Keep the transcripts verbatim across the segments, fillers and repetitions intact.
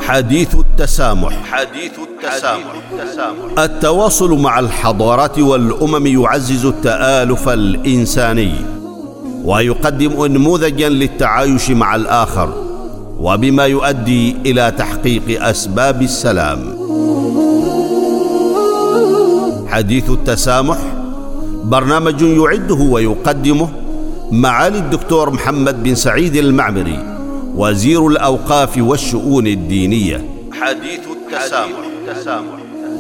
حديث التسامح. حديث التسامح. التواصل مع الحضارات والأمم يعزز التآلف الإنساني ويقدم نموذجا للتعايش مع الآخر، وبما يؤدي إلى تحقيق أسباب السلام. حديث التسامح برنامج يعده ويقدمه معالي الدكتور محمد بن سعيد المعمري، وزير الأوقاف والشؤون الدينية. حديث التسامح.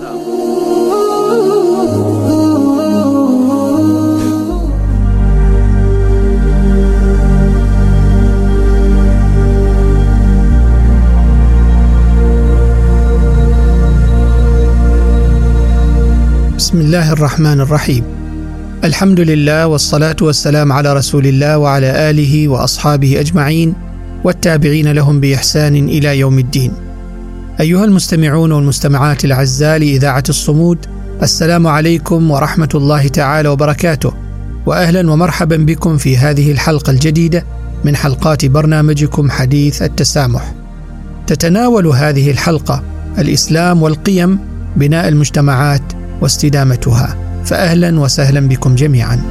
بسم الله الرحمن الرحيم. الحمد لله والصلاة والسلام على رسول الله وعلى آله وأصحابه أجمعين والتابعين لهم بإحسان إلى يوم الدين. أيها المستمعون والمستمعات الأعزاء لإذاعة الصمود، السلام عليكم ورحمة الله تعالى وبركاته، وأهلا ومرحبا بكم في هذه الحلقة الجديدة من حلقات برنامجكم حديث التسامح. تتناول هذه الحلقة الإسلام والقيم، بناء المجتمعات واستدامتها، فأهلا وسهلا بكم جميعا.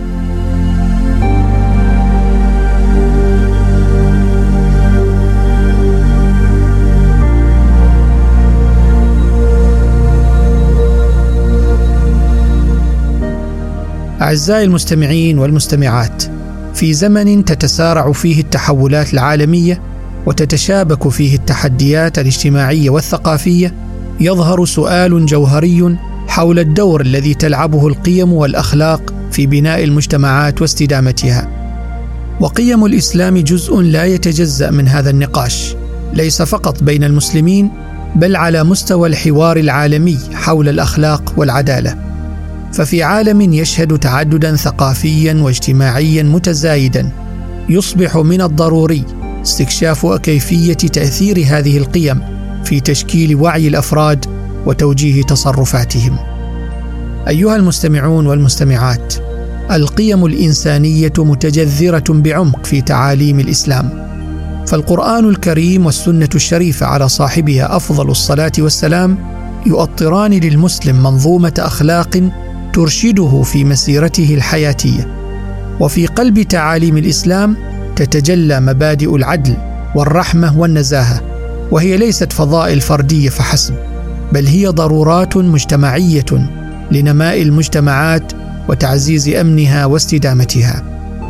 أعزائي المستمعين والمستمعات، في زمن تتسارع فيه التحولات العالمية وتتشابك فيه التحديات الاجتماعية والثقافية، يظهر سؤال جوهري حول الدور الذي تلعبه القيم والأخلاق في بناء المجتمعات واستدامتها. وقيم الإسلام جزء لا يتجزأ من هذا النقاش، ليس فقط بين المسلمين بل على مستوى الحوار العالمي حول الأخلاق والعدالة. ففي عالم يشهد تعددا ثقافيا واجتماعيا متزايدا، يصبح من الضروري استكشاف كيفية تأثير هذه القيم في تشكيل وعي الأفراد وتوجيه تصرفاتهم. أيها المستمعون والمستمعات، القيم الإنسانية متجذرة بعمق في تعاليم الإسلام، فالقرآن الكريم والسنة الشريفة على صاحبها أفضل الصلاة والسلام يؤطران للمسلم منظومة أخلاق ترشده في مسيرته الحياتية. وفي قلب تعاليم الإسلام تتجلى مبادئ العدل والرحمة والنزاهة، وهي ليست فضائل فردية فحسب، بل هي ضرورات مجتمعية لنماء المجتمعات وتعزيز أمنها واستدامتها.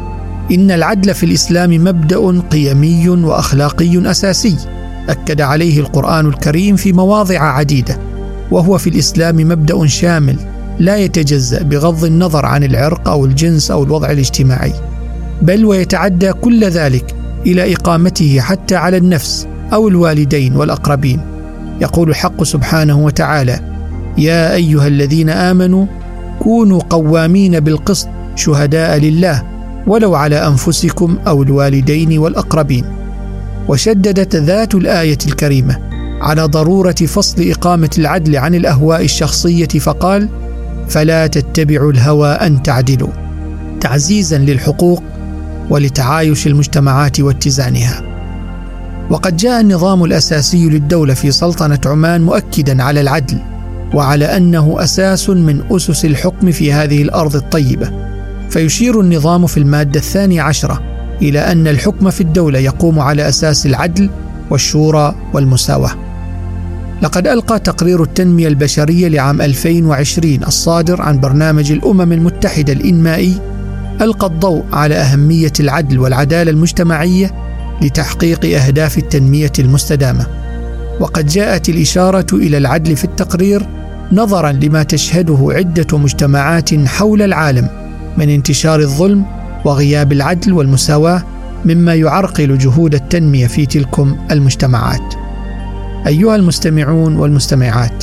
إن العدل في الإسلام مبدأ قيمي وأخلاقي أساسي أكد عليه القرآن الكريم في مواضع عديدة، وهو في الإسلام مبدأ شامل لا يتجزأ بغض النظر عن العرق أو الجنس أو الوضع الاجتماعي، بل ويتعدى كل ذلك إلى إقامته حتى على النفس أو الوالدين والأقربين. يقول الحق سبحانه وتعالى: يا أيها الذين آمنوا كونوا قوامين بالقسط شهداء لله ولو على أنفسكم أو الوالدين والأقربين. وشددت ذات الآية الكريمة على ضرورة فصل إقامة العدل عن الأهواء الشخصية، فقال: فلا تتبعوا الهوى أن تعدلوا، تعزيزا للحقوق ولتعايش المجتمعات واتزانها. وقد جاء النظام الأساسي للدولة في سلطنة عمان مؤكدا على العدل، وعلى أنه أساس من أسس الحكم في هذه الأرض الطيبة. فيشير النظام في المادة الثانية عشرة إلى أن الحكم في الدولة يقوم على أساس العدل والشورى والمساواة. لقد ألقى تقرير التنمية البشرية لعام ألفين وعشرين الصادر عن برنامج الأمم المتحدة الإنمائي ألقى الضوء على أهمية العدل والعدالة المجتمعية لتحقيق أهداف التنمية المستدامة. وقد جاءت الإشارة إلى العدل في التقرير نظرا لما تشهده عدة مجتمعات حول العالم من انتشار الظلم وغياب العدل والمساواة، مما يعرقل جهود التنمية في تلكم المجتمعات. أيها المستمعون والمستمعات،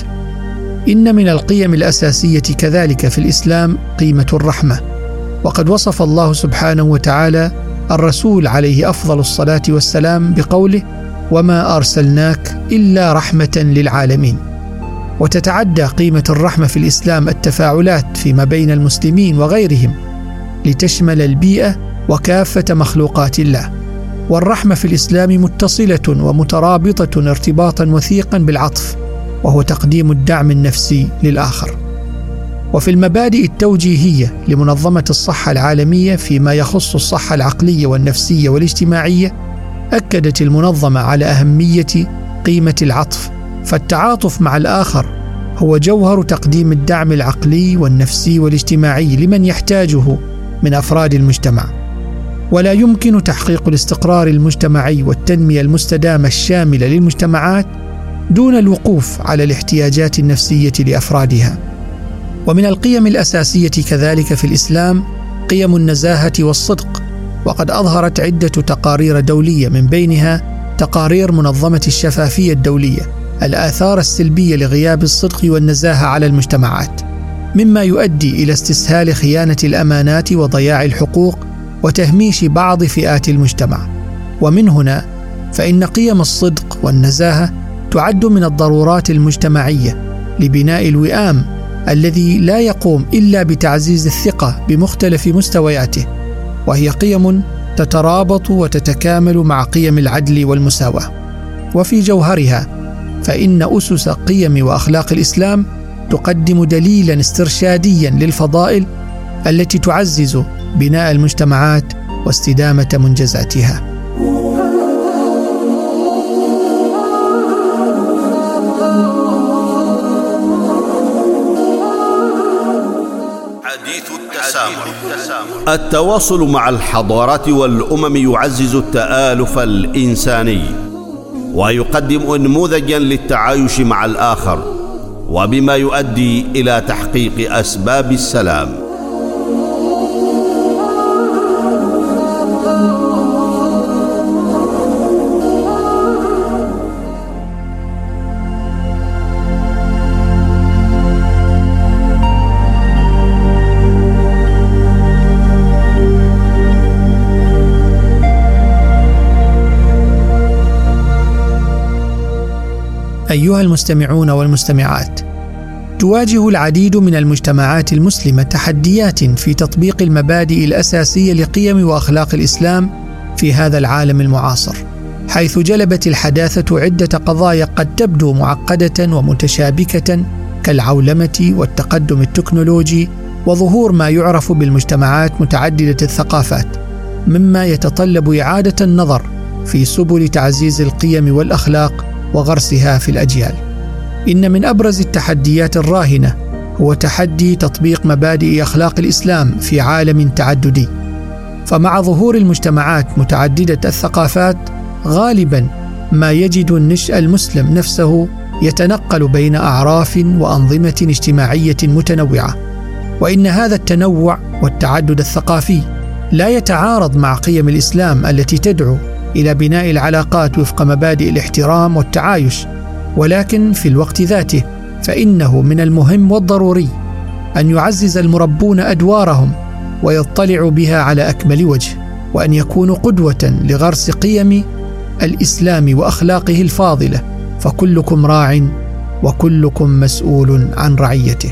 إن من القيم الأساسية كذلك في الإسلام قيمة الرحمة، وقد وصف الله سبحانه وتعالى الرسول عليه أفضل الصلاة والسلام بقوله: وما أرسلناك إلا رحمة للعالمين. وتتعدى قيمة الرحمة في الإسلام التفاعلات فيما بين المسلمين وغيرهم، لتشمل البيئة وكافة مخلوقات الله. والرحمة في الإسلام متصلة ومترابطة ارتباطا وثيقا بالعطف، وهو تقديم الدعم النفسي للآخر. وفي المبادئ التوجيهية لمنظمة الصحة العالمية فيما يخص الصحة العقلية والنفسية والاجتماعية، أكدت المنظمة على أهمية قيمة العطف، فالتعاطف مع الآخر هو جوهر تقديم الدعم العقلي والنفسي والاجتماعي لمن يحتاجه من أفراد المجتمع. ولا يمكن تحقيق الاستقرار المجتمعي والتنمية المستدامة الشاملة للمجتمعات دون الوقوف على الاحتياجات النفسية لأفرادها. ومن القيم الأساسية كذلك في الإسلام قيم النزاهة والصدق، وقد أظهرت عدة تقارير دولية من بينها تقارير منظمة الشفافية الدولية الآثار السلبية لغياب الصدق والنزاهة على المجتمعات، مما يؤدي إلى استسهال خيانة الأمانات وضياع الحقوق وتهميش بعض فئات المجتمع. ومن هنا فإن قيم الصدق والنزاهة تعد من الضرورات المجتمعية لبناء الوئام الذي لا يقوم إلا بتعزيز الثقة بمختلف مستوياته، وهي قيم تترابط وتتكامل مع قيم العدل والمساواة. وفي جوهرها فإن أسس قيم وأخلاق الإسلام تقدم دليلا استرشاديا للفضائل التي تعزز بناء المجتمعات واستدامة منجزاتها. حديث التسامح. التواصل مع الحضارات والأمم يعزز التآلف الإنساني ويقدم نموذجا للتعايش مع الآخر، وبما يؤدي إلى تحقيق أسباب السلام. أيها المستمعون والمستمعات، تواجه العديد من المجتمعات المسلمة تحديات في تطبيق المبادئ الأساسية لقيم وأخلاق الإسلام في هذا العالم المعاصر، حيث جلبت الحداثة عدة قضايا قد تبدو معقدة ومتشابكة كالعولمة والتقدم التكنولوجي وظهور ما يعرف بالمجتمعات متعددة الثقافات، مما يتطلب إعادة النظر في سبل تعزيز القيم والأخلاق وغرسها في الأجيال. إن من أبرز التحديات الراهنة هو تحدي تطبيق مبادئ أخلاق الإسلام في عالم تعددي، فمع ظهور المجتمعات متعددة الثقافات غالبا ما يجد النشء المسلم نفسه يتنقل بين أعراف وأنظمة اجتماعية متنوعة، وإن هذا التنوع والتعدد الثقافي لا يتعارض مع قيم الإسلام التي تدعو إلى بناء العلاقات وفق مبادئ الاحترام والتعايش، ولكن في الوقت ذاته فإنه من المهم والضروري أن يعزز المربون أدوارهم ويطلعوا بها على أكمل وجه، وأن يكونوا قدوة لغرس قيم الإسلام وأخلاقه الفاضلة، فكلكم راع وكلكم مسؤول عن رعيته.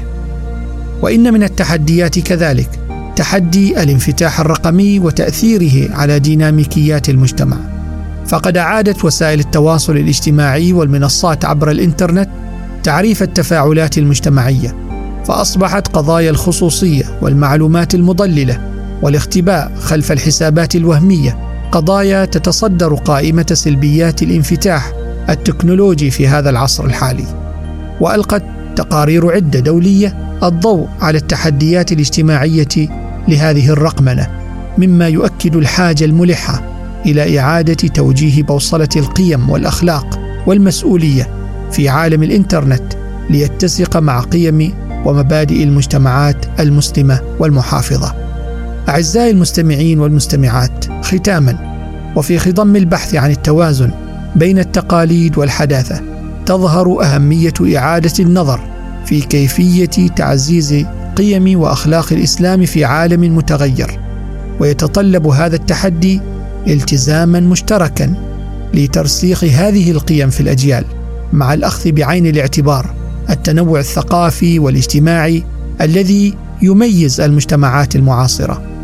وإن من التحديات كذلك تحدي الانفتاح الرقمي وتأثيره على ديناميكيات المجتمع، فقد أعادت وسائل التواصل الاجتماعي والمنصات عبر الإنترنت تعريف التفاعلات المجتمعية، فأصبحت قضايا الخصوصية والمعلومات المضللة والاختباء خلف الحسابات الوهمية قضايا تتصدر قائمة سلبيات الانفتاح التكنولوجي في هذا العصر الحالي. وألقت تقارير عدة دولية الضوء على التحديات الاجتماعية لهذه الرقمنة، مما يؤكد الحاجة الملحة إلى إعادة توجيه بوصلة القيم والأخلاق والمسؤولية في عالم الإنترنت ليتسق مع قيم ومبادئ المجتمعات المسلمة والمحافظة. أعزائي المستمعين والمستمعات، ختاماً، وفي خضم البحث عن التوازن بين التقاليد والحداثة تظهر أهمية إعادة النظر في كيفية تعزيز قيم وأخلاق الإسلام في عالم متغير، ويتطلب هذا التحدي التزاماً مشتركاً لترسيخ هذه القيم في الأجيال، مع الأخذ بعين الاعتبار التنوع الثقافي والاجتماعي الذي يميز المجتمعات المعاصرة.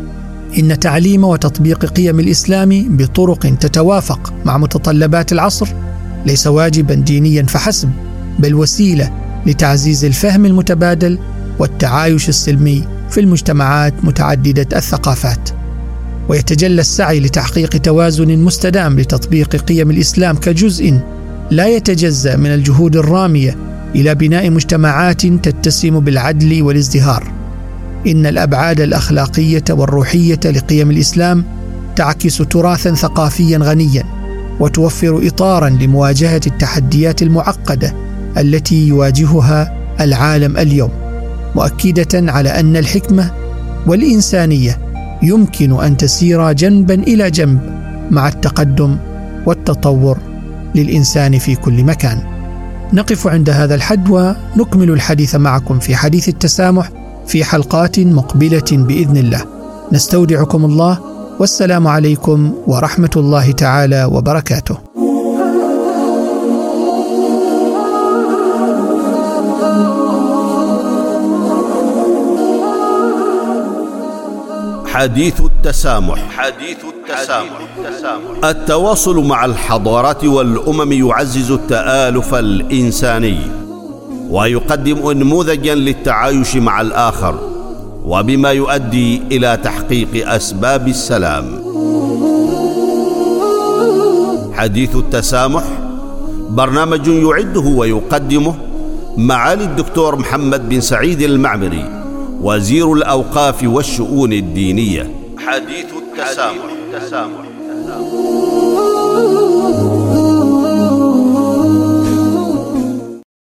إن تعليم وتطبيق قيم الإسلام بطرق تتوافق مع متطلبات العصر ليس واجبا دينيا فحسب، بل وسيلة لتعزيز الفهم المتبادل والتعايش السلمي في المجتمعات متعددة الثقافات. ويتجلى السعي لتحقيق توازن مستدام لتطبيق قيم الإسلام كجزء لا يتجزأ من الجهود الرامية إلى بناء مجتمعات تتسم بالعدل والازدهار. إن الأبعاد الأخلاقية والروحية لقيم الإسلام تعكس تراثا ثقافيا غنيا، وتوفر إطارا لمواجهة التحديات المعقدة التي يواجهها العالم اليوم، مؤكدة على أن الحكمة والإنسانية يمكن أن تسير جنبا إلى جنب مع التقدم والتطور للإنسان في كل مكان. نقف عند هذا الحد ونكمل الحديث معكم في حديث التسامح في حلقات مقبلة بإذن الله. نستودعكم الله، والسلام عليكم ورحمة الله تعالى وبركاته. حديث التسامح. حديث التسامح. التواصل مع الحضارات والأمم يعزز التآلف الإنساني، ويقدم نموذجا للتعايش مع الآخر، وبما يؤدي إلى تحقيق أسباب السلام. حديث التسامح برنامج يعده ويقدمه معالي الدكتور محمد بن سعيد المعمري، وزير الأوقاف والشؤون الدينية. حديث التسامح.